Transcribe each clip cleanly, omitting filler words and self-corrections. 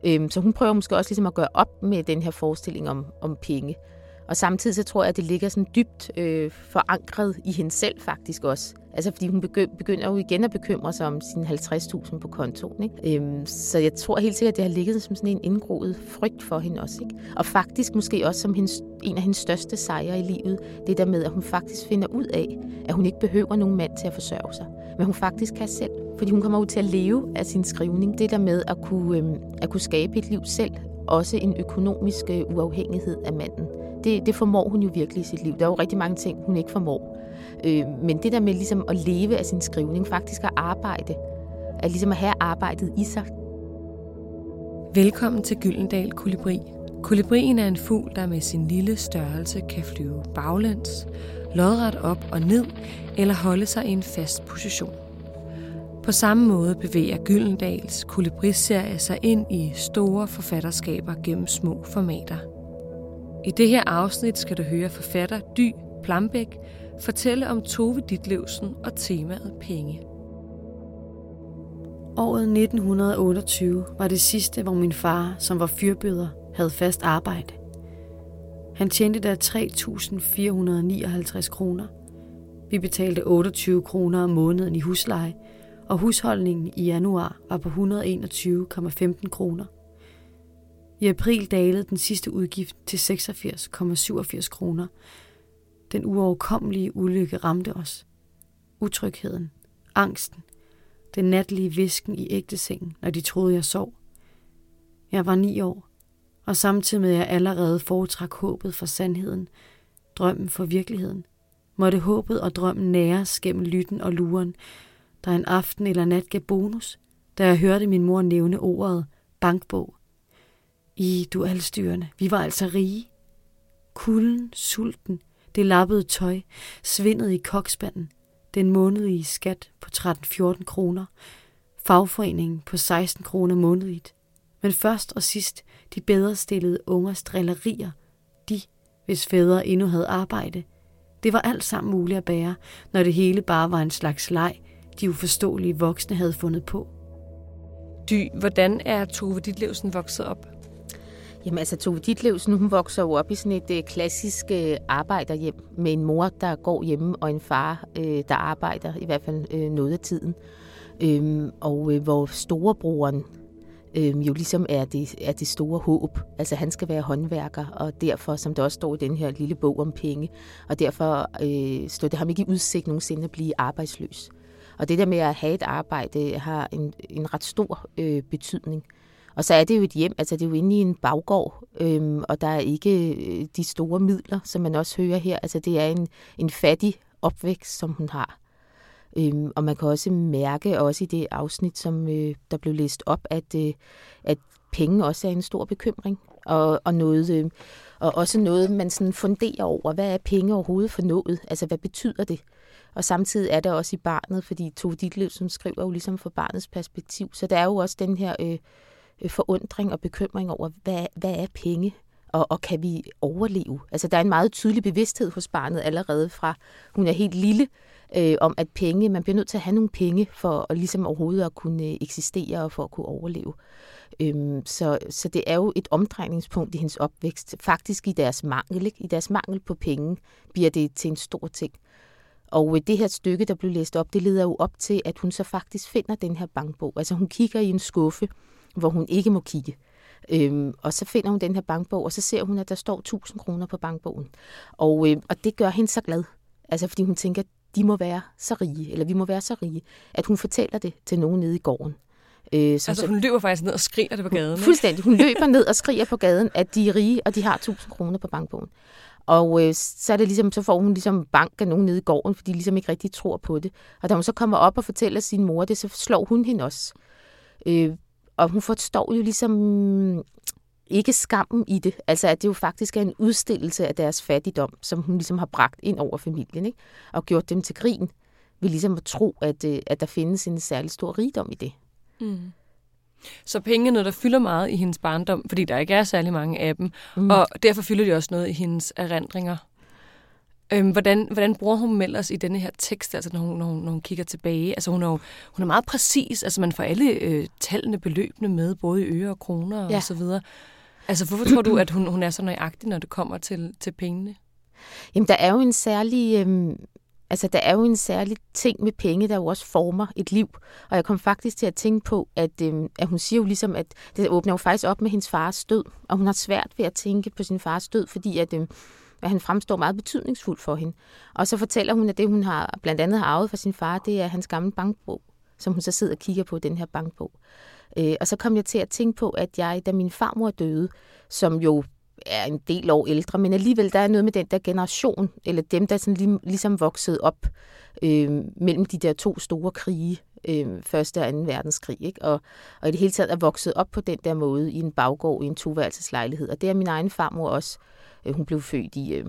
Så hun prøver måske også ligesom at gøre op med den her forestilling om penge. Og samtidig så tror jeg, at det ligger sådan dybt forankret i hende selv faktisk også. Altså fordi hun begynder jo igen at bekymre sig om sine 50.000 på kontoen. Ikke? Så jeg tror helt sikkert, at det har ligget som sådan en indgroet frygt for hende også. Ikke? Og faktisk måske også som en af hendes største sejre i livet, det der med, at hun faktisk finder ud af, at hun ikke behøver nogen mand til at forsørge sig. Men hun faktisk kan selv. Fordi hun kommer ud til at leve af sin skrivning. Det der med at kunne skabe et liv selv, også en økonomisk uafhængighed af manden. Det formår hun jo virkelig i sit liv. Der er jo rigtig mange ting, hun ikke formår. Men det der med ligesom at leve af sin skrivning, faktisk at arbejde, at ligesom at have arbejdet i sig. Velkommen til Gyldendal Kolibri. Kolibrien er en fugl, der med sin lille størrelse kan flyve baglæns, lodret op og ned eller holde sig i en fast position. På samme måde bevæger Gyldendals kolibri-serie sig ind i store forfatterskaber gennem små formater. I det her afsnit skal du høre forfatter Dy Plambæk fortælle om Tove Ditlevsen og temaet penge. Året 1928 var det sidste, hvor min far, som var fyrbøder, havde fast arbejde. Han tjente der 3.459 kroner. Vi betalte 28 kroner om måneden i husleje, og husholdningen i januar var på 121,15 kroner. I april dalede den sidste udgift til 86,87 kroner. Den uoverkommelige ulykke ramte os. Utrygheden, angsten, den natlige hvisken i ægtesengen, når de troede, jeg sov. Jeg var 9 år, og samtidig med at jeg allerede foretrak håbet for sandheden, drømmen for virkeligheden, måtte håbet og drømmen næres gennem lytten og luren, der en aften eller nat gav bonus, da jeg hørte min mor nævne ordet bankbog. Du alstyrende, vi var altså rige. Kulden, sulten, det lappede tøj, svindet i kokspanden, den månedlige skat på 13-14 kroner, fagforeningen på 16 kroner månedligt. Men først og sidst de bedre stillede ungers drillerier, de, hvis fædre endnu havde arbejde. Det var alt sammen muligt at bære, når det hele bare var en slags leg, de uforståelige voksne havde fundet på. Dy, hvordan er Tove Ditlevsen vokset op? Jamen altså, Tove Ditlevsen, hun vokser jo op i sådan et klassisk arbejderhjem med en mor, der går hjemme, og en far, der arbejder i hvert fald noget af tiden. Hvor storebroren jo ligesom er det store håb. Altså han skal være håndværker, og derfor, som der også står i den her lille bog om penge, og derfor står det ham ikke i udsigt nogensinde at blive arbejdsløs. Og det der med at have et arbejde har en ret stor betydning. Og så er det jo et hjem, altså det er jo inde i en baggård, og der er ikke de store midler, som man også hører her. Altså det er en fattig opvækst, som hun har. Og man kan også mærke, også i det afsnit, som der blev læst op, at penge også er en stor bekymring. Og også noget, man sådan funderer over, hvad er penge overhovedet for noget? Altså hvad betyder det? Og samtidig er der også i barnet, fordi Tove Ditlevsen skriver jo ligesom fra barnets perspektiv. Så der er jo også den her forundring og bekymring over, hvad er penge, og kan vi overleve? Altså der er en meget tydelig bevidsthed hos barnet allerede fra, hun er helt lille, om at penge, man bliver nødt til at have nogle penge for at ligesom overhovedet at kunne eksistere og for at kunne overleve. Så det er jo et omdrejningspunkt i hendes opvækst, faktisk i deres mangel, ikke? I deres mangel på penge bliver det til en stor ting. Og det her stykke, der blev læst op, det leder jo op til, at hun så faktisk finder den her bankbog. Altså hun kigger i en skuffe, hvor hun ikke må kigge. Og så finder hun den her bankbog, og så ser hun, at der står 1.000 kroner på bankbogen. Og det gør hende så glad. Altså fordi hun tænker, at de må være så rige, eller vi må være så rige, at hun fortæller det til nogen nede i gården. Hun løber faktisk ned og skriger det på gaden. Fuldstændig. Hun løber ned og skriger på gaden, at de er rige, og de har 1.000 kroner på bankbogen. Og så er det ligesom, så får hun ligesom bank af nogen nede i gården, fordi de ligesom ikke rigtig tror på det. Og da hun så kommer op og fortæller sin mor det, så slår hun hende også. Og hun forstår jo ligesom ikke skammen i det. Altså at det jo faktisk er en udstillelse af deres fattigdom, som hun ligesom har bragt ind over familien, ikke? Og gjort dem til grin ved ligesom at tro, at der findes en særlig stor rigdom i det. Mm. Så penge er noget, der fylder meget i hendes barndom, fordi der ikke er særlig mange af dem, og derfor fylder de også noget i hendes erindringer. Hvordan bruger hun Mellers i denne her tekst, altså når hun kigger tilbage? Altså hun er meget præcis, altså man får alle tallene, beløbene med, både i øre og kroner og så videre. Altså hvorfor tror du, at hun er så nøjagtig, når det kommer til pengene? Jamen der er jo en særlig ting med penge, der jo også former et liv. Og jeg kom faktisk til at tænke på, at hun siger jo ligesom, at det åbner jo faktisk op med hendes fars død. Og hun har svært ved at tænke på sin fars død, fordi at han fremstår meget betydningsfuld for hende. Og så fortæller hun, at det, hun blandt andet har arvet fra sin far, det er hans gamle bankbog, som hun så sidder og kigger på, den her bankbog. Og så kom jeg til at tænke på, at da min farmor døde, som jo er en del år ældre, men alligevel der er noget med den der generation, eller dem, der sådan ligesom voksede op mellem de der to store krige, første og anden verdenskrig, ikke? Og i det hele taget er vokset op på den der måde i en baggård, i en toværelseslejlighed. Og det er min egen farmor også. Hun blev født i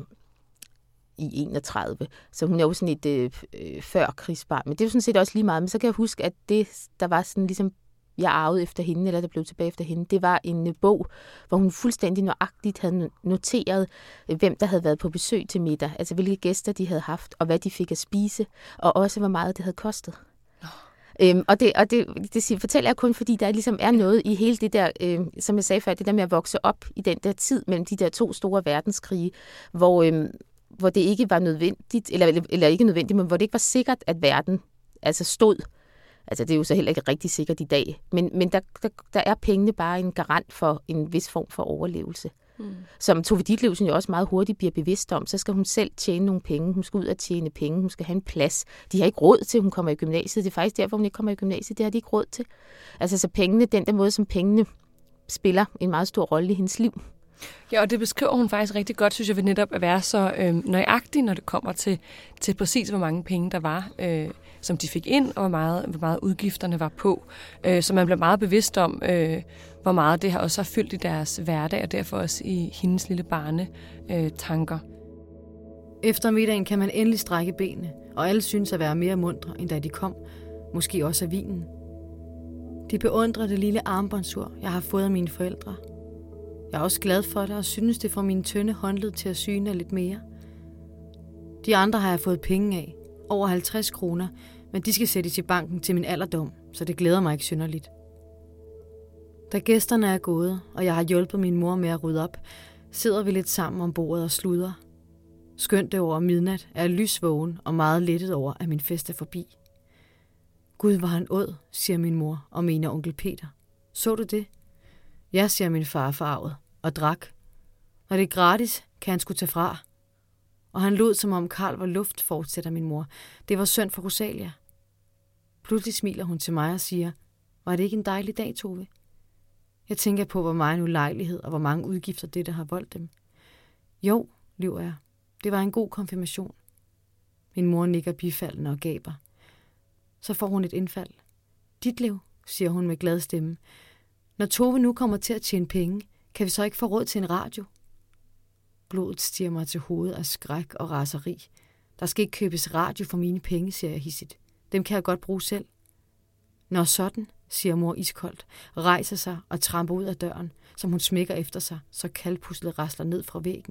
31, så hun er jo sådan et før krigsbarn. Men det er jo sådan set også lige meget. Men så kan jeg huske, at det, der var sådan ligesom jeg arvede efter hende, eller der blev tilbage efter hende, det var en bog, hvor hun fuldstændig nøjagtigt havde noteret, hvem der havde været på besøg til middag, altså hvilke gæster de havde haft, og hvad de fik at spise, og også hvor meget det havde kostet. Og det fortæller jeg kun, fordi der ligesom er noget i hele det der, som jeg sagde før, det der med at vokse op i den der tid mellem de der to store verdenskrige, hvor det ikke var nødvendigt, eller ikke nødvendigt, men hvor det ikke var sikkert, at verden altså stod. Altså det er jo så heller ikke rigtig sikkert i dag, men der er pengene bare en garant for en vis form for overlevelse. Som Tove Ditlevsen jo også meget hurtigt bliver bevidst om, så skal hun selv tjene nogle penge, hun skal ud og tjene penge, hun skal have en plads. De har ikke råd til, at hun kommer i gymnasiet. Det er faktisk derfor, hun ikke kommer i gymnasiet. Det har de ikke råd til. Altså så pengene, den der måde, som pengene spiller en meget stor rolle i hendes liv. Ja, og det beskriver hun faktisk rigtig godt, synes jeg, ved netop at være så nøjagtig, når det kommer til præcis, hvor mange penge der var, som de fik ind, og hvor meget udgifterne var på. Så man bliver meget bevidst om, hvor meget det har også fyldt i deres hverdag, og derfor også i hendes lille tanker. Efter middagen kan man endelig strække benene, og alle synes at være mere muntre, end da de kom. Måske også af vinen. De beundrer det lille armbåndsur, jeg har fået af mine forældre. Jeg er også glad for det, og synes det får mine tynde håndled til at syne lidt mere. De andre har jeg fået penge af. Over 50 kroner, men de skal sættes i banken til min alderdom, så det glæder mig ikke synderligt. Da gæsterne er gået, og jeg har hjulpet min mor med at rydde op, sidder vi lidt sammen om bordet og sludrer. Skønt det over midnat er lysvågen og meget lettet over, at min fest er forbi. Gud, var han åd, siger min mor og mener onkel Peter. Så du det? Ja, siger min far forarvet og drak. Når det er gratis, kan han sgu tage fra. Og han lod, som om Karl var luft, fortsætter min mor. Det var synd for Rosalia. Pludselig smiler hun til mig og siger, var det ikke en dejlig dag, Tove? Jeg tænker på, hvor meget ulejlighed og hvor mange udgifter det har voldt dem. Jo, lyver jeg. Det var en god konfirmation. Min mor nikker bifaldende og gaber. Så får hun et indfald. Ditlev, siger hun med glad stemme. Når Tove nu kommer til at tjene penge, kan vi så ikke få råd til en radio? Blodet stiger mig til hovedet af skræk og raseri. Der skal ikke købes radio for mine penge, siger jeg hissigt. Dem kan jeg godt bruge selv. Nå sådan, siger mor iskoldt, rejser sig og tramper ud af døren, som hun smækker efter sig, så kaldpuslet rasler ned fra væggen.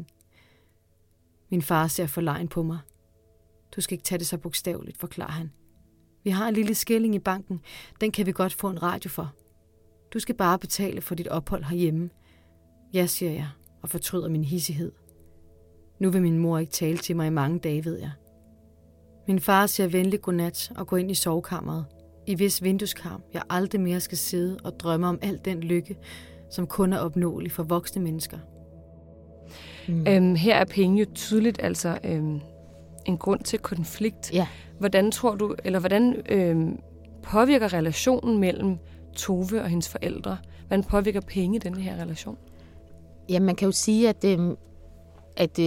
Min far ser forlegen på mig. Du skal ikke tage det så bogstaveligt, forklarer han. Vi har en lille skilling i banken, den kan vi godt få en radio for. Du skal bare betale for dit ophold herhjemme. Ja, siger jeg, og fortryder min hissighed. Nu vil min mor ikke tale til mig i mange dage, ved jeg. Min far siger venligt godnat og går ind i sovekammeret, i hvis vindueskarm jeg aldrig mere skal sidde og drømme om al den lykke, som kun er opnåelig for voksne mennesker. Her er penge jo tydeligt altså en grund til konflikt. Ja. Hvordan tror du, eller hvordan påvirker relationen mellem Tove og hendes forældre? Hvordan påvirker penge den her relation? Ja, man kan jo sige, at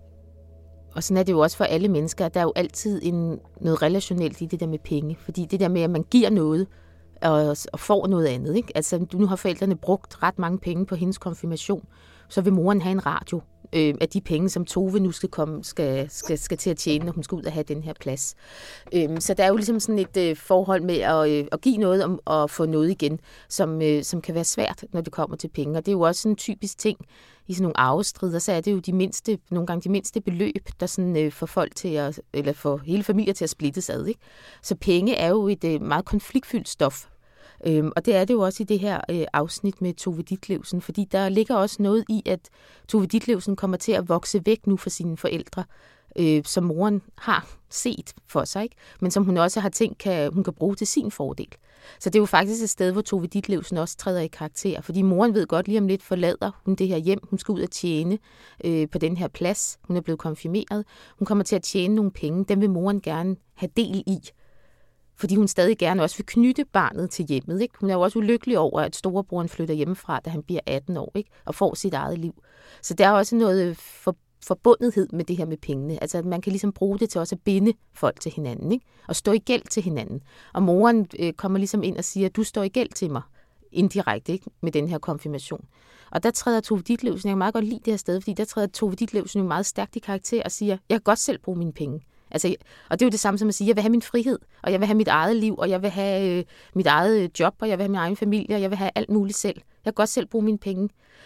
og sådan er det jo også for alle mennesker, at der er jo altid noget relationelt i det der med penge. Fordi det der med, at man giver noget og får noget andet. Ikke? Altså, nu har forældrene brugt ret mange penge på hendes konfirmation, så vil moren have en radio. af de penge, som Tove nu skal til at tjene, når hun skal ud og have den her plads. Så der er jo ligesom sådan et forhold med at give noget om at få noget igen, som kan være svært, når det kommer til penge. Og det er jo også en typisk ting i sådan nogle arvestrider, så er det jo nogle gange de mindste beløb, der sådan får folk til eller får hele familier til at splittes ad, ikke? Så penge er jo et meget konfliktfyldt stof. Og det er det jo også i det her afsnit med Tove Ditlevsen, fordi der ligger også noget i, at Tove Ditlevsen kommer til at vokse væk nu fra sine forældre, som moren har set for sig, ikke? Men som hun også har tænkt, hun kan bruge til sin fordel. Så det er jo faktisk et sted, hvor Tove Ditlevsen også træder i karakter, fordi moren ved godt, lige om lidt forlader hun det her hjem. Hun skal ud og tjene på den her plads. Hun er blevet konfirmeret. Hun kommer til at tjene nogle penge. Dem vil moren gerne have del i, fordi hun stadig gerne også vil knytte barnet til hjemmet, ikke? Hun er jo også ulykkelig over, at storebroren flytter hjemmefra, da han bliver 18 år, ikke? Og får sit eget liv. Så der er også noget forbundethed med det her med pengene. Altså, at man kan ligesom bruge det til også at binde folk til hinanden, ikke? Og stå i gæld til hinanden. Og moren kommer ligesom ind og siger, du står i gæld til mig, indirekte, ikke? Med den her konfirmation. Og der træder Tove Ditlevsen, jeg kan meget godt lide det her sted, fordi der træder Tove Ditlevsen jo meget stærkt i karakter og siger, jeg kan godt selv bruge mine penge. Altså, og det er jo det samme som at sige, jeg vil have min frihed, og jeg vil have mit eget liv, og jeg vil have mit eget job, og jeg vil have min egen familie, og jeg vil have alt muligt selv. Jeg kan godt selv bruge mine penge.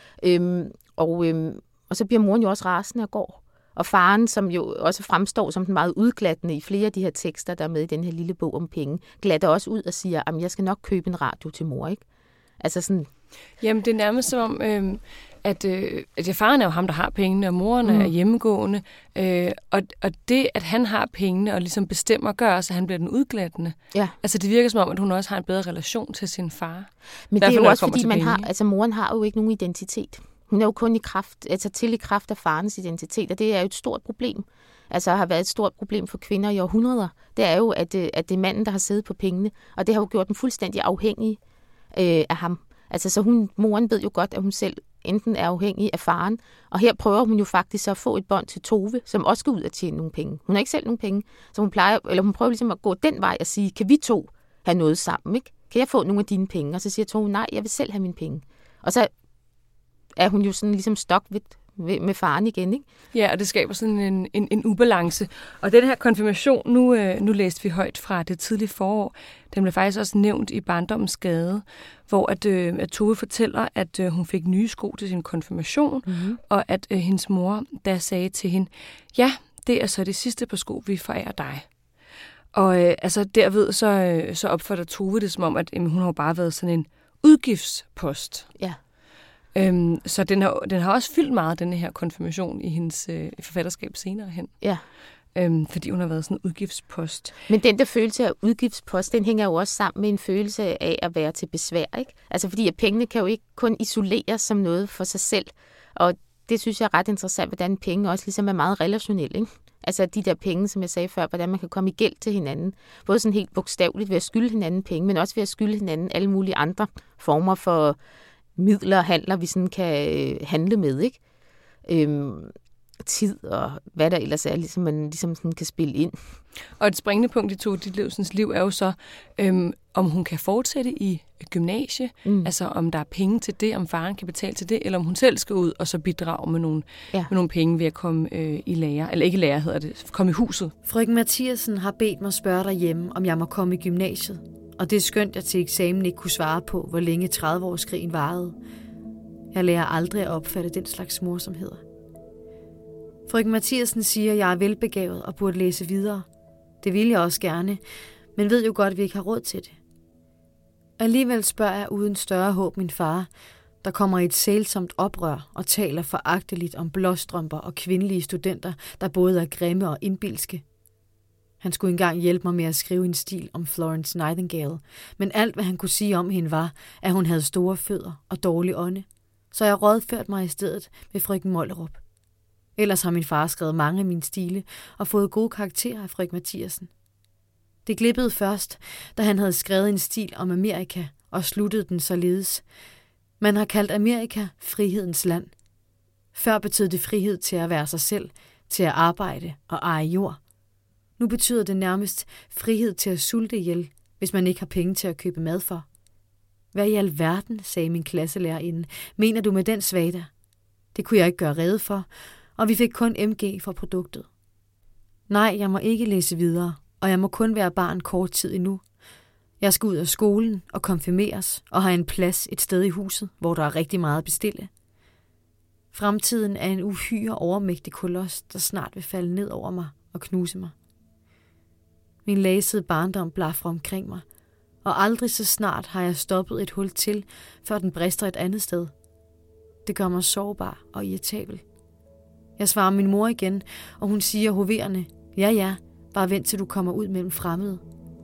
Og så bliver moren jo også rasende og går. Og faren, som jo også fremstår som den meget udglattende i flere af de her tekster, der er med i den her lille bog om penge, glatter også ud og siger, at jeg skal nok købe en radio til mor, ikke? Altså sådan. Jamen, det er nærmest som om, at faren er jo ham, der har pengene, og moren er hjemmegående. Og det, at han har pengene og ligesom bestemmer, gør også, at han bliver den udglattende. Ja. Altså, det virker som om, at hun også har en bedre relation til sin far. Men det er jo også, fordi moren har jo ikke nogen identitet. Hun er jo kun i kraft af farens identitet, og det er jo et stort problem. Altså har været et stort problem for kvinder i århundreder. Det er jo, at det er manden, der har siddet på pengene, og det har jo gjort dem fuldstændig afhængige af ham. Altså så moren ved jo godt, at hun selv enten er afhængig af faren, og her prøver hun jo faktisk så at få et bånd til Tove, som også skal ud og tjene nogle penge. Hun har ikke selv nogen penge, så hun prøver ligesom at gå den vej og sige, kan vi to have noget sammen, ikke? Kan jeg få nogle af dine penge? Og så siger Tove, nej, jeg vil selv have mine penge. Og så er hun jo sådan ligesom stok med faren igen, ikke? Ja, og det skaber sådan en ubalance. Og den her konfirmation, nu læste vi højt fra det tidlige forår, den blev faktisk også nævnt i Barndommens Gade, hvor at Tove fortæller, at hun fik nye sko til sin konfirmation, og at hendes mor der sagde til hende, ja, det er så det sidste par sko, vi forærer dig. Og altså derved så opfatter Tove det som om, at hun har bare været sådan en udgiftspost. Ja. Så den har også fyldt meget, denne her konfirmation, i hendes forfatterskab senere hen. Ja. Fordi hun har været sådan en udgiftspost. Men den der følelse af udgiftspost, den hænger jo også sammen med en følelse af at være til besvær, ikke? Altså fordi at pengene kan jo ikke kun isoleres som noget for sig selv. Og det synes jeg er ret interessant, hvordan penge også ligesom er meget relationelle, ikke? Altså de der penge, som jeg sagde før, hvordan man kan komme i gæld til hinanden. Både sådan helt bogstaveligt ved at skylde hinanden penge, men også ved at skylde hinanden alle mulige andre former for midler og handler, vi sådan kan handle med, ikke? Tid og hvad der ellers er, ligesom man ligesom sådan kan spille ind. Og et springende punkt i Tove Ditlevsens liv er jo så, om hun kan fortsætte i gymnasie, altså om der er penge til det, om faren kan betale til det, eller om hun selv skal ud og så bidrage med nogle penge ved at komme i lære, eller ikke lære hedder det, komme i huset. Frøken Mathiasen har bedt mig spørge derhjemme, om jeg må komme i gymnasiet. Og det er skønt, jeg til eksamen ikke kunne svare på, hvor længe 30-årskrigen varede. Jeg lærer aldrig at opfatte den slags morsomheder. Frøken Mathiasen siger, at jeg er velbegavet og burde læse videre. Det vil jeg også gerne, men ved jo godt, at vi ikke har råd til det. Alligevel spørger jeg uden større håb min far, der kommer i et sælsomt oprør og taler foragteligt om blåstrømper og kvindelige studenter, der både er grimme og indbilske. Han skulle engang hjælpe mig med at skrive en stil om Florence Nightingale, men alt, hvad han kunne sige om hende, var, at hun havde store fødder og dårlig ånde. Så jeg rådførte mig i stedet ved frøken Mollerup. Ellers har min far skrevet mange af mine stile og fået gode karakterer af frøken Mathiasen. Det glippede først, da han havde skrevet en stil om Amerika og sluttede den således. Man har kaldt Amerika frihedens land. Før betød det frihed til at være sig selv, til at arbejde og eje jord. Nu betyder det nærmest frihed til at sulte ihjel, hvis man ikke har penge til at købe mad for. Hvad i alverden, sagde min klasselærerinde, mener du med den svada? Det kunne jeg ikke gøre rede for, og vi fik kun MG for produktet. Nej, jeg må ikke læse videre, og jeg må kun være barn kort tid endnu. Jeg skal ud af skolen og konfirmeres og have en plads et sted i huset, hvor der er rigtig meget at bestille. Fremtiden er en uhyre overmægtig kolos, der snart vil falde ned over mig og knuse mig. Min lasede barndom blafrer omkring mig, og aldrig så snart har jeg stoppet et hul til, før den brister et andet sted. Det gør mig sårbar og irritabel. Jeg svarer min mor igen, og hun siger hoverende, ja, bare vent til du kommer ud mellem fremmede.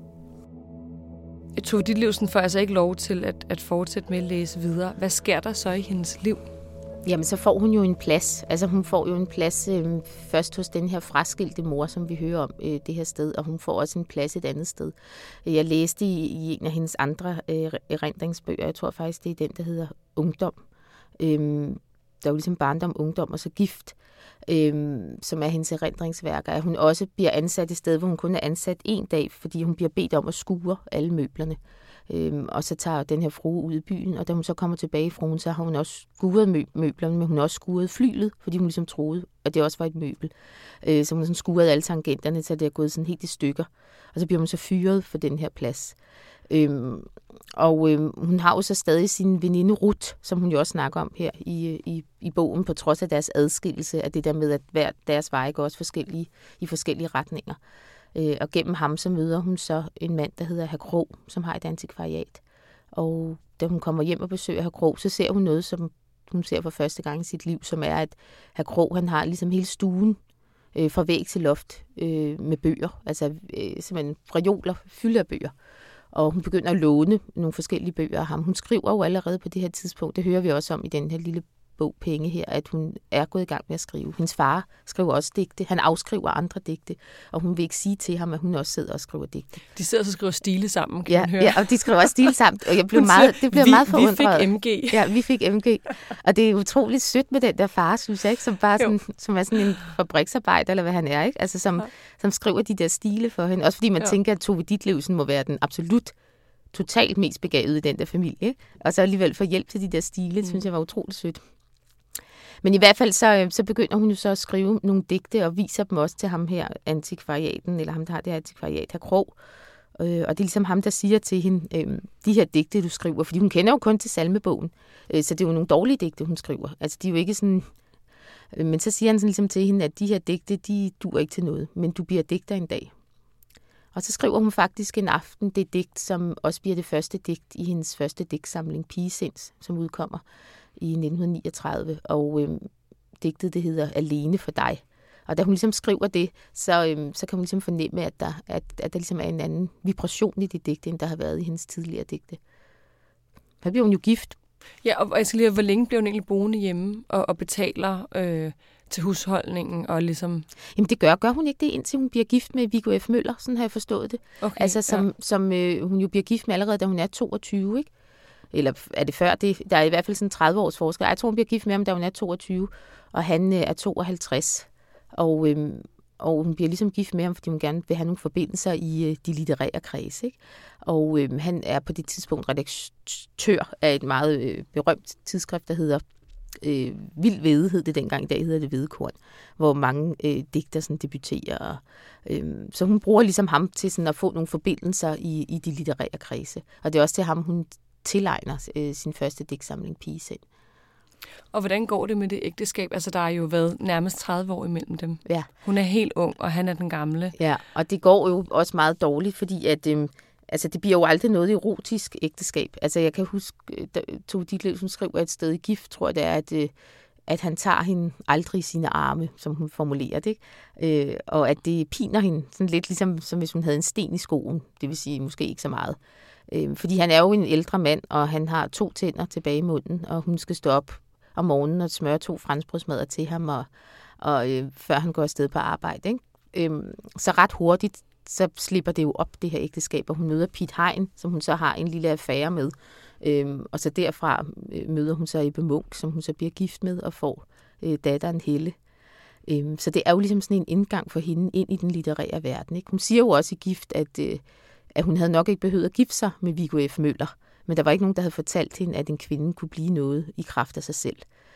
Tove Ditlevsen får altså ikke lov til at fortsætte med at læse videre. Hvad sker der så i hendes liv? Jamen, så får hun jo en plads. Altså, hun får jo en plads først hos den her fraskilte mor, som vi hører om det her sted, og hun får også en plads et andet sted. Jeg læste i en af hendes andre erindringsbøger, jeg tror faktisk, det er den, der hedder Ungdom. Der er jo ligesom barndom, ungdom og så gift, som er hendes erindringsværker, at hun også bliver ansat et sted, hvor hun kun er ansat en dag, fordi hun bliver bedt om at skure alle møblerne. Og så tager den her frue ud i byen, og da hun så kommer tilbage i fruen, så har hun også skuret møblerne, men hun har også skuret flylet, fordi hun ligesom troede, at det også var et møbel. Så hun har sådan skuret alle tangenterne, så det er gået sådan helt i stykker. Og så bliver hun så fyret for den her plads. Hun har jo så stadig sin veninde Ruth, som hun jo også snakker om her i bogen, på trods af deres adskillelse, af det der med, at hver deres veje går også i forskellige retninger. Og gennem ham så møder hun så en mand, der hedder Hr. Krog, som har et antikvariat. Og da hun kommer hjem og besøger Hr. Krog, så ser hun noget, som hun ser for første gang i sit liv, som er, at Hr. Krog, han har ligesom hele stuen fra væg til loft med bøger. Altså simpelthen reoler fyldt af bøger. Og hun begynder at låne nogle forskellige bøger af ham. Hun skriver jo allerede på det her tidspunkt, det hører vi også om i den her lille bog Penge her, at hun er gået i gang med at skrive. Hendes far skriver også digte. Han afskriver andre digte, og hun vil ikke sige til ham, at hun også sidder og skriver digte. De sidder og skriver stile sammen, kan man høre. Ja, og de skriver også stile sammen, og jeg blev meget forundret. Vi fik MG. Ja, vi fik MG. Og det er utroligt sødt med den der far, synes jeg, ikke? Som bare sådan, som er sådan en fabriksarbejder, eller hvad han er, ikke? Altså, som skriver de der stile for hende. Også fordi man tænker, at Tove Ditlevsen må være den absolut totalt mest begavede i den der familie, ikke? Og så alligevel få hjælp til de der stile, synes jeg var utroligt sødt. Men i hvert fald så begynder hun jo så at skrive nogle digte og viser dem også til ham her, antikvariaten, eller ham, der har det her antikvariat, Hr. Krog. Og det er ligesom ham, der siger til hende, de her digte, du skriver, fordi hun kender jo kun til salmebogen, så det er jo nogle dårlige digte, hun skriver. Altså, de er jo ikke sådan... Men så siger han sådan ligesom til hende, at de her digte, de duer ikke til noget, men du bliver digter en dag. Og så skriver hun faktisk en aften det digt, som også bliver det første digt i hendes første digtsamling, Pigesinds, som udkommer i 1939, og digtet det hedder Alene for dig. Og da hun ligesom skriver det, så kan hun ligesom fornemme, at der ligesom er en anden vibration i det digte, end der har været i hendes tidligere digte. Så bliver hun jo gift. Ja, og jeg skal lige, hvor længe blev hun egentlig boende hjemme og betaler til husholdningen og ligesom... Jamen det gør hun ikke det, indtil hun bliver gift med Viggo F. Møller, sådan har jeg forstået det. Okay, altså som hun jo bliver gift med allerede, da hun er 22, ikke? Eller er det før det? Der er i hvert fald sådan 30 års forskel. Jeg tror, hun bliver gift med ham, da hun er 22, og han er 52. Og hun bliver ligesom gift med ham, fordi hun gerne vil have nogle forbindelser i de litterære kreds, ikke? Og han er på det tidspunkt redaktør af et meget berømt tidsskrift, der hedder Vild Hvede, hed det dengang. I dag hedder det Hvedekorn, hvor mange digter sådan debuterer. Så hun bruger ligesom ham til sådan at få nogle forbindelser i de litterære kredse. Og det er også til ham, hun tilegner sin første digtsamling Pigesind. Og hvordan går det med det ægteskab? Altså, der er jo været nærmest 30 år imellem dem. Ja. Hun er helt ung, og han er den gamle. Ja, og det går jo også meget dårligt, fordi at, det bliver jo aldrig noget erotisk ægteskab. Altså, jeg kan huske, Tove Ditlevsen skriver et sted i Gift, tror jeg det er, at han tager hende aldrig i sine arme, som hun formulerer det, ikke? Og at det piner hende sådan lidt ligesom, som hvis hun havde en sten i skoen. Det vil sige, måske ikke så meget. Fordi han er jo en ældre mand, og han har 2 tænder tilbage i munden, og hun skal stå op om morgenen og smøre 2 franskbrødsmadder til ham, og før han går afsted på arbejde, ikke? Så ret hurtigt, så slipper det jo op, det her ægteskab, og hun møder Piet Hein, som hun så har en lille affære med. Og så derfra møder hun så Ebbe Munk, som hun så bliver gift med, og får datteren Helle. Så det er jo ligesom sådan en indgang for hende ind i den litterære verden, ikke? Hun siger jo også i Gift, at hun havde nok ikke behøvet at gifte sig med Viggo F. Møller, men der var ikke nogen, der havde fortalt hende, at en kvinde kunne blive noget i kraft af sig selv.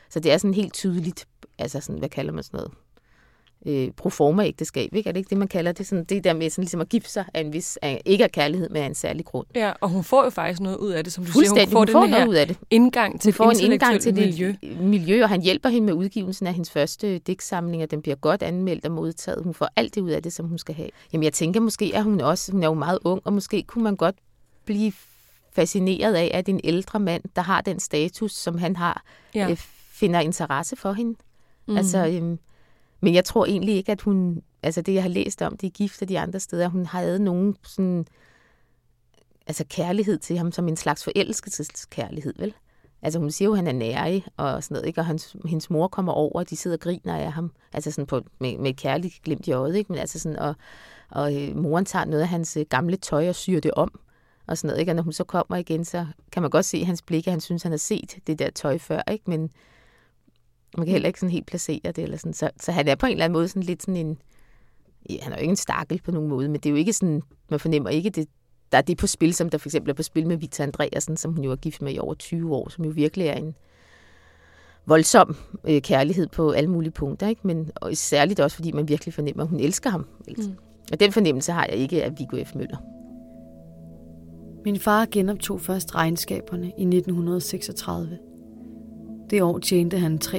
Så det er sådan helt tydeligt, altså sådan, hvad kalder man sådan noget? Proforma-ægteskab, ikke? Er det ikke det, man kalder det? Sådan, det der med sådan, ligesom at gifte sig af en vis, ikke af kærlighed, men af en særlig grund. Ja, og hun får jo faktisk noget ud af det, som du siger. Hun får noget ud af det. Indgang til hun et intellektuelt miljø, og han hjælper hende med udgivelsen af hendes første digtsamling, og den bliver godt anmeldt og modtaget. Hun får alt det ud af det, som hun skal have. Jamen, jeg tænker måske, at hun er jo meget ung, og måske kunne man godt blive fascineret af, at en ældre mand, der har den status, som han har, finder interesse for hende. Mm. Altså, men jeg tror egentlig ikke, at hun, altså det jeg har læst om, de er gift og de andre steder, hun havde nogen sådan, altså kærlighed til ham som en slags forelskelseskærlighed, vel? Altså hun siger jo, at han er nærig og sådan noget, ikke? Og hendes mor kommer over, og de sidder og griner af ham, altså sådan med et kærligt glimt i øjet, ikke? Men altså sådan, og moren tager noget af hans gamle tøj og syr det om, og sådan noget, ikke? Og når hun så kommer igen, så kan man godt se hans blik, at han synes, han har set det der tøj før, ikke? Men man kan heller ikke sådan helt placere det, eller sådan. Så han er på en eller anden måde sådan lidt sådan en, ja, han er jo ikke en stakkel på nogen måde, men det er jo ikke sådan, man fornemmer ikke det, der er det på spil, som der for eksempel er på spil med Victor Andreasen, som hun jo er gift med i over 20 år, som jo virkelig er en voldsom kærlighed på alle mulige punkter, ikke? Men og særligt også, fordi man virkelig fornemmer, at hun elsker ham. Og den fornemmelse har jeg ikke af Viggo F. Møller. Min far genoptog først regnskaberne i 1936. Det år tjente han 3.348,75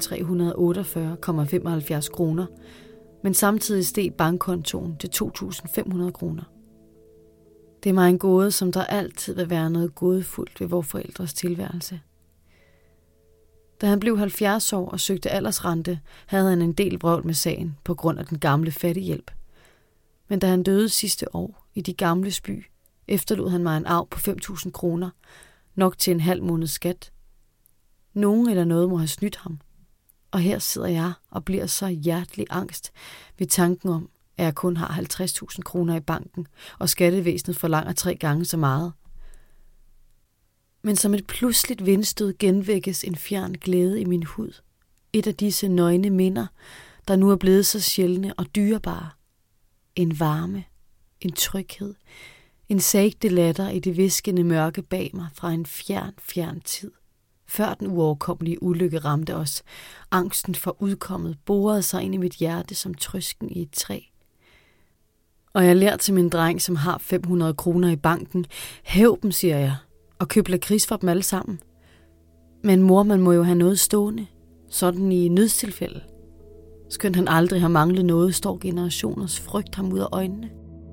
kroner, men samtidig steg bankkontoen til 2.500 kroner. Det er mig en gåde, som der altid vil være noget gådefuldt ved vores forældres tilværelse. Da han blev 70 år og søgte aldersrente, havde han en del vrøvl med sagen på grund af den gamle fattighjælp. Men da han døde sidste år i de gamles by, efterlod han mig en arv på 5.000 kroner, nok til en halv måneds skat. Nogen eller noget må have snydt ham. Og her sidder jeg og bliver så hjertelig angst ved tanken om, at jeg kun har 50.000 kroner i banken, og skattevæsenet forlanger 3 gange så meget. Men som et pludseligt vindstød genvækkes en fjern glæde i min hud. Et af disse nøgne minder, der nu er blevet så sjældne og dyrebare. En varme, en tryghed, en sagte latter i det viskende mørke bag mig fra en fjern tid. Før den uoverkommelige ulykke ramte os, angsten for udkommet borede sig ind i mit hjerte som trøsken i et træ. Og jeg lærer til min dreng, som har 500 kroner i banken, hæv dem, siger jeg, og køb lakrids for dem alle sammen. Men mor, man må jo have noget stående, sådan i nødstilfælde. Skønt han aldrig har manglet noget, står generationers frygt ham ud af øjnene.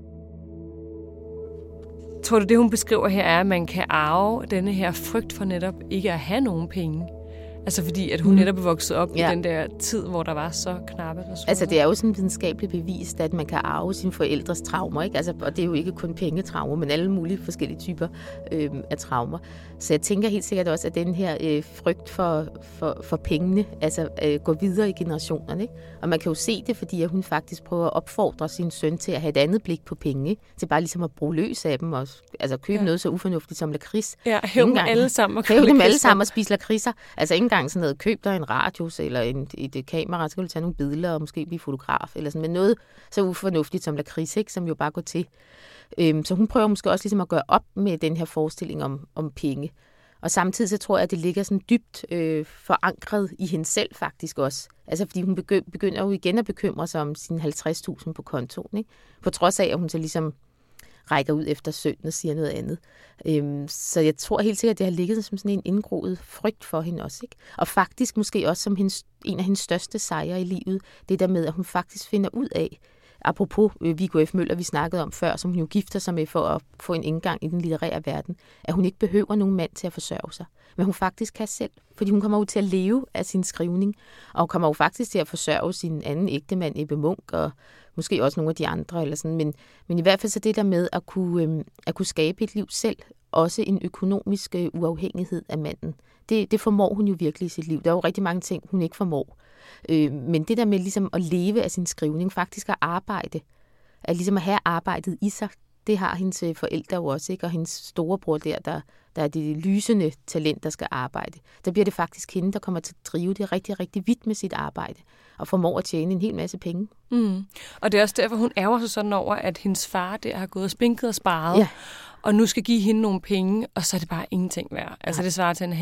Tror du, det hun beskriver her er, at man kan arve denne her frygt for netop ikke at have nogen penge? Altså fordi, at hun netop er vokset op i den der tid, hvor der var så knappe ressourcer. Altså det er jo sådan videnskabeligt bevist, at man kan arve sine forældres traumer, ikke? Altså, og det er jo ikke kun pengetraumer, men alle mulige forskellige typer af traumer. Så jeg tænker helt sikkert også, at den her frygt for pengene altså, går videre i generationerne. Ikke? Og man kan jo se det, fordi at hun faktisk prøver at opfordre sin søn til at have et andet blik på penge. Ikke? Til bare ligesom at bruge løs af dem og altså, købe noget så ufornuftigt som lakrids. Ja, hæv dem alle sammen og spise lakridser. Altså ikke engang sådan noget, køb dig en radius eller et kamera, så kan du tage nogle billeder og måske blive fotograf eller sådan, men noget så ufornuftigt som lakrids, ikke? Som jo bare går til. Så hun prøver måske også ligesom at gøre op med den her forestilling om penge. Og samtidig så tror jeg, at det ligger sådan dybt forankret i hende selv faktisk også. Altså fordi hun begynder jo igen at bekymre sig om sine 50.000 på kontoen, ikke? På trods af, at hun så ligesom rækker ud efter sønnen og siger noget andet. Så jeg tror helt sikkert, at det har ligget som sådan en indgroet frygt for hende også. Ikke? Og faktisk måske også som en af hendes største sejre i livet, det der med, at hun faktisk finder ud af, apropos Viggo F. Møller, vi snakkede om før, som hun jo gifter sig med for at få en indgang i den litterære verden, at hun ikke behøver nogen mand til at forsørge sig. Men hun faktisk kan selv, fordi hun kommer jo til at leve af sin skrivning, og hun kommer jo faktisk til at forsørge sin anden ægtemand, Ebbe Munk, og måske også nogle af de andre, eller sådan. Men i hvert fald så det der med at kunne skabe et liv selv, også en økonomisk uafhængighed af manden. Det formår hun jo virkelig i sit liv. Der er jo rigtig mange ting, hun ikke formår. Men det der med ligesom at leve af sin skrivning, faktisk at arbejde, at ligesom at have arbejdet i sig, det har hendes forældre jo også, ikke? Og hendes storebror der er det lysende talent, der skal arbejde. Der bliver det faktisk hende, der kommer til at drive det rigtig, rigtig vidt med sit arbejde, og formår at tjene en hel masse penge. Mm. Og det er også derfor, hun ærger sig sådan over, at hendes far der har gået og spinket og sparet, og nu skal give hende nogle penge, og så er det bare ingenting værd. Altså det svarer til en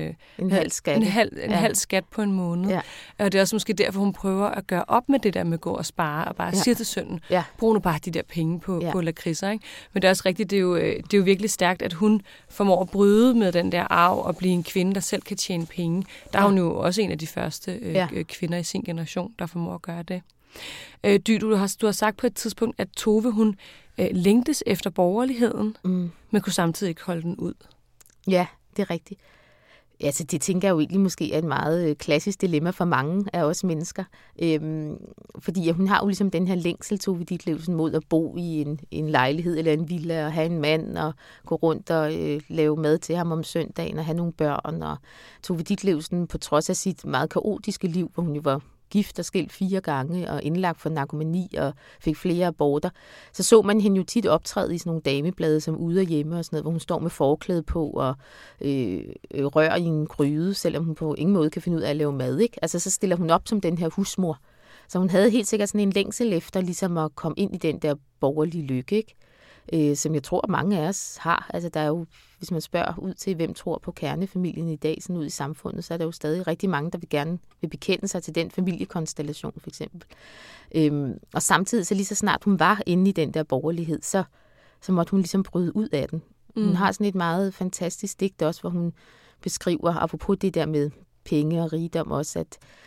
halv skat på en måned. Ja. Og det er også måske derfor, hun prøver at gøre op med det der med at gå og spare, og bare siger til sønnen, brug nu bare de der penge på lakridser, ikke? Men det er også rigtigt, det er jo virkelig stærkt, at hun formår at bryde med den der arv og blive en kvinde, der selv kan tjene penge. Der er hun jo også en af de første kvinder i sin generation, der formår at gøre det. Du har sagt på et tidspunkt, at Tove, hun længtes efter borgerligheden, men kunne samtidig ikke holde den ud. Ja, det er rigtigt. Altså, det tænker jeg jo egentlig måske er et meget klassisk dilemma for mange af os mennesker. Fordi hun har jo ligesom den her længsel, Tove Ditlevsen, mod at bo i en lejlighed eller en villa, og have en mand, og gå rundt og lave mad til ham om søndagen, og have nogle børn. Og Tove Ditlevsen, på trods af sit meget kaotiske liv, hvor hun jo var gift og skilt 4 gange, og indlagt for narkomani, og fik flere aborter, så man hende jo tit optræde i sådan nogle dameblade, som Ude og Hjemme og sådan noget, hvor hun står med forklæde på og rører i en gryde, selvom hun på ingen måde kan finde ud af at lave mad, ikke? Altså, så stiller hun op som den her husmor. Så hun havde helt sikkert sådan en længsel efter ligesom at komme ind i den der borgerlige lykke, ikke? Som jeg tror, mange af os har. Altså, der er jo, hvis man spørger ud til, hvem tror på kernefamilien i dag, sådan ud i samfundet, så er der jo stadig rigtig mange, der gerne vil bekende sig til den familiekonstellation, for eksempel. Og samtidig, så lige så snart hun var inde i den der borgerlighed, så måtte hun ligesom bryde ud af den. Hun har sådan et meget fantastisk digt også, hvor hun beskriver, apropos det der med penge og rigdom også,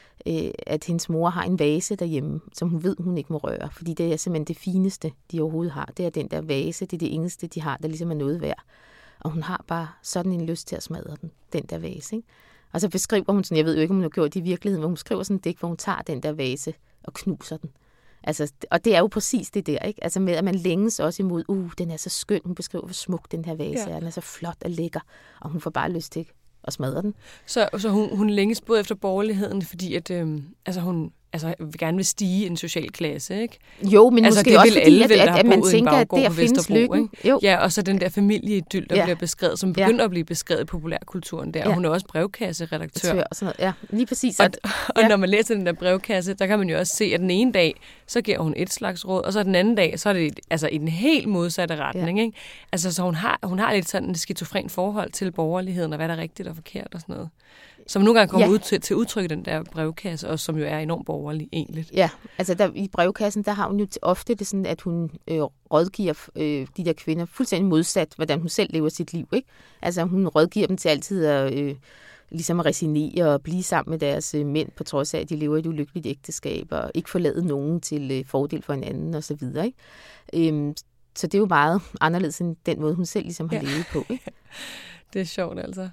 at hendes mor har en vase derhjemme, som hun ved, hun ikke må røre. Fordi det er simpelthen det fineste, de overhovedet har. Det er den der vase, det er det eneste, de har, der ligesom er noget værd. Og hun har bare sådan en lyst til at smadre den der vase, ikke? Og så beskriver hun sådan, jeg ved jo ikke, om hun har gjort det i virkeligheden, men hun skriver sådan et digt, hvor hun tager den der vase og knuser den. Altså, og det er jo præcis det der, ikke? Altså med, at man længes også imod, den er så skøn. Hun beskriver, hvor smuk den her vase er. Den er så flot og lækker, og hun får bare lyst til og smadre den. Så hun længes både efter borgerligheden, fordi at, hun gerne vil stige i en social klasse, ikke? Jo, men altså, måske også fordi, at man tænker, at der findes lykken. Ja, og så den der familieidyl, der bliver beskrevet, som begynder at blive beskrevet i populærkulturen der. Og hun er også brevkasseredaktør. Og sådan noget. Ja, lige præcis. Og når man læser den der brevkasse, der kan man jo også se, at den ene dag, så giver hun et slags råd, og så den anden dag, så er det altså i den helt modsatte retning, ikke? Altså, så hun har lidt sådan et skizofren forhold til borgerligheden, og hvad der er rigtigt og forkert og sådan noget. Som nogle gange kommer ud til udtryk i den der brevkasse, og som jo er enormt borgerlig egentlig. Ja, altså i brevkassen, der har hun jo ofte det sådan, at hun rådgiver de der kvinder fuldstændig modsat, hvordan hun selv lever sit liv, ikke? Altså hun rådgiver dem til altid at ligesom at resignere og blive sammen med deres mænd, på trods af, at de lever i et ulykkeligt ægteskab, og ikke forlade nogen til fordel for hinanden og så videre, ikke? Så det er jo meget anderledes end den måde, hun selv ligesom har levet på, ikke? Det er sjovt, altså.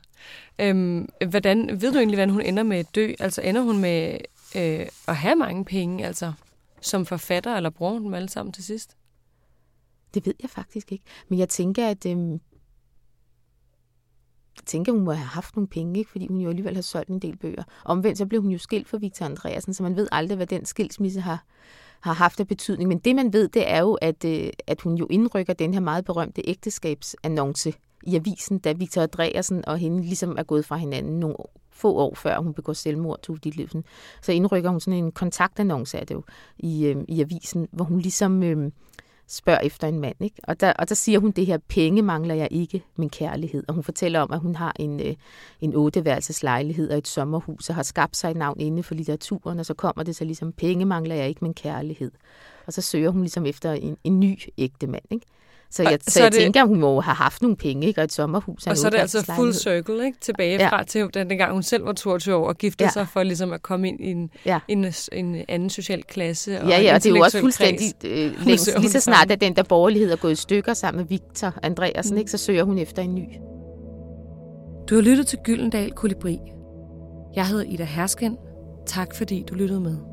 Ved du egentlig, hvordan hun ender med at dø? Altså ender hun med at have mange penge, altså som forfatter, eller bruger hun dem alle sammen til sidst? Det ved jeg faktisk ikke. Men jeg tænker, at hun må have haft nogle penge, ikke? Fordi hun jo alligevel har solgt en del bøger. Omvendt så blev hun jo skilt fra Victor Andreasen, så man ved aldrig, hvad den skilsmisse har haft af betydning. Men det, man ved, det er jo, at hun jo indrykker den her meget berømte ægteskabsannonce i avisen, da Victor Andreasen og hende ligesom er gået fra hinanden nogle få år før hun begår selvmord, Tove Ditlevsen. Så indrykker hun sådan en kontaktannonce af det jo i avisen, hvor hun ligesom spørger efter en mand, ikke? Og der siger hun det her, penge mangler jeg ikke, min kærlighed. Og hun fortæller om, at hun har en 8-værelses lejlighed og et sommerhus, og har skabt sig et navn inde for litteraturen, og så kommer det så ligesom, penge mangler jeg ikke, min kærlighed. Og så søger hun ligesom efter en ny ægte mand, ikke? Så jeg tænker, at hun må have haft nogle penge, ikke? Og et sommerhus. Og så er det altså full circle, ikke? Tilbage fra til dengang hun selv var 22 år og giftede sig for ligesom at komme ind i en anden social klasse. Og og det er jo også fuldstændig lige så snart, at den der borgerlighed er gået i stykker sammen med Victor Andreasen, ikke? Så søger hun efter en ny. Du har lyttet til Gyldendal Kolibri. Jeg hedder Ida Hersken. Tak fordi du lyttede med.